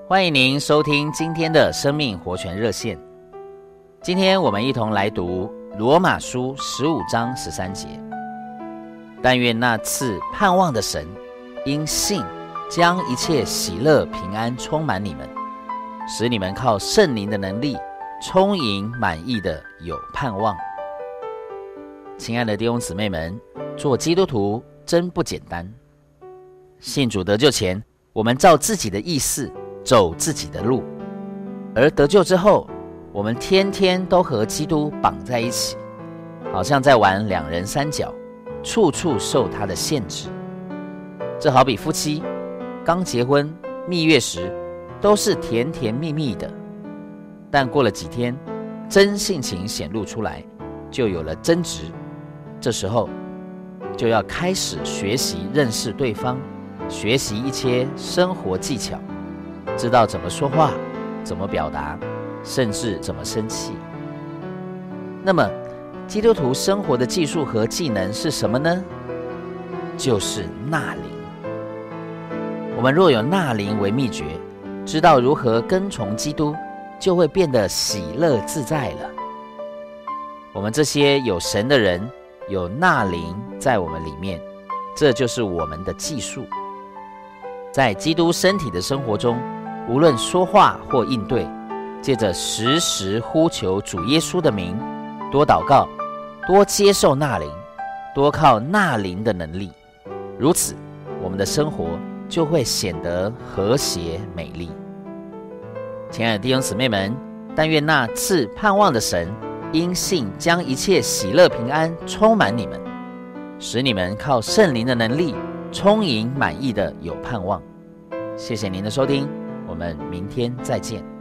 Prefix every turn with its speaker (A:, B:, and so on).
A: 欢迎您收听今天的生命活泉热线。今天我们一同来读罗马书15章13节。但愿那赐盼望的神，因信将一切喜乐平安充满你们，使你们靠圣灵的能力充盈满意的有盼望。亲爱的弟兄姊妹们，做基督徒真不简单。信主得救前，我们照自己的意思走自己的路，而得救之后，我们天天都和基督绑在一起，好像在玩两人三角，处处受他的限制。这好比夫妻刚结婚蜜月时都是甜甜蜜蜜的，但过了几天，真性情显露出来，就有了争执。这时候就要开始学习认识对方，学习一些生活技巧，知道怎么说话，怎么表达，甚至怎么生气。那么基督徒生活的技术和技能是什么呢？就是纳灵。我们若有纳灵为秘诀，知道如何跟从基督，就会变得喜乐自在了。我们这些有神的人，有纳灵在我们里面，这就是我们的技术。在基督身体的生活中，无论说话或应对，借着时时呼求主耶稣的名，多祷告，多接受纳灵，多靠纳灵的能力，如此我们的生活就会显得和谐美丽。亲爱的弟兄姊妹们，但愿那赐盼望的神，因信将一切喜乐平安充满你们，使你们靠圣灵的能力充盈满意的有盼望。谢谢您的收听，我们明天再见。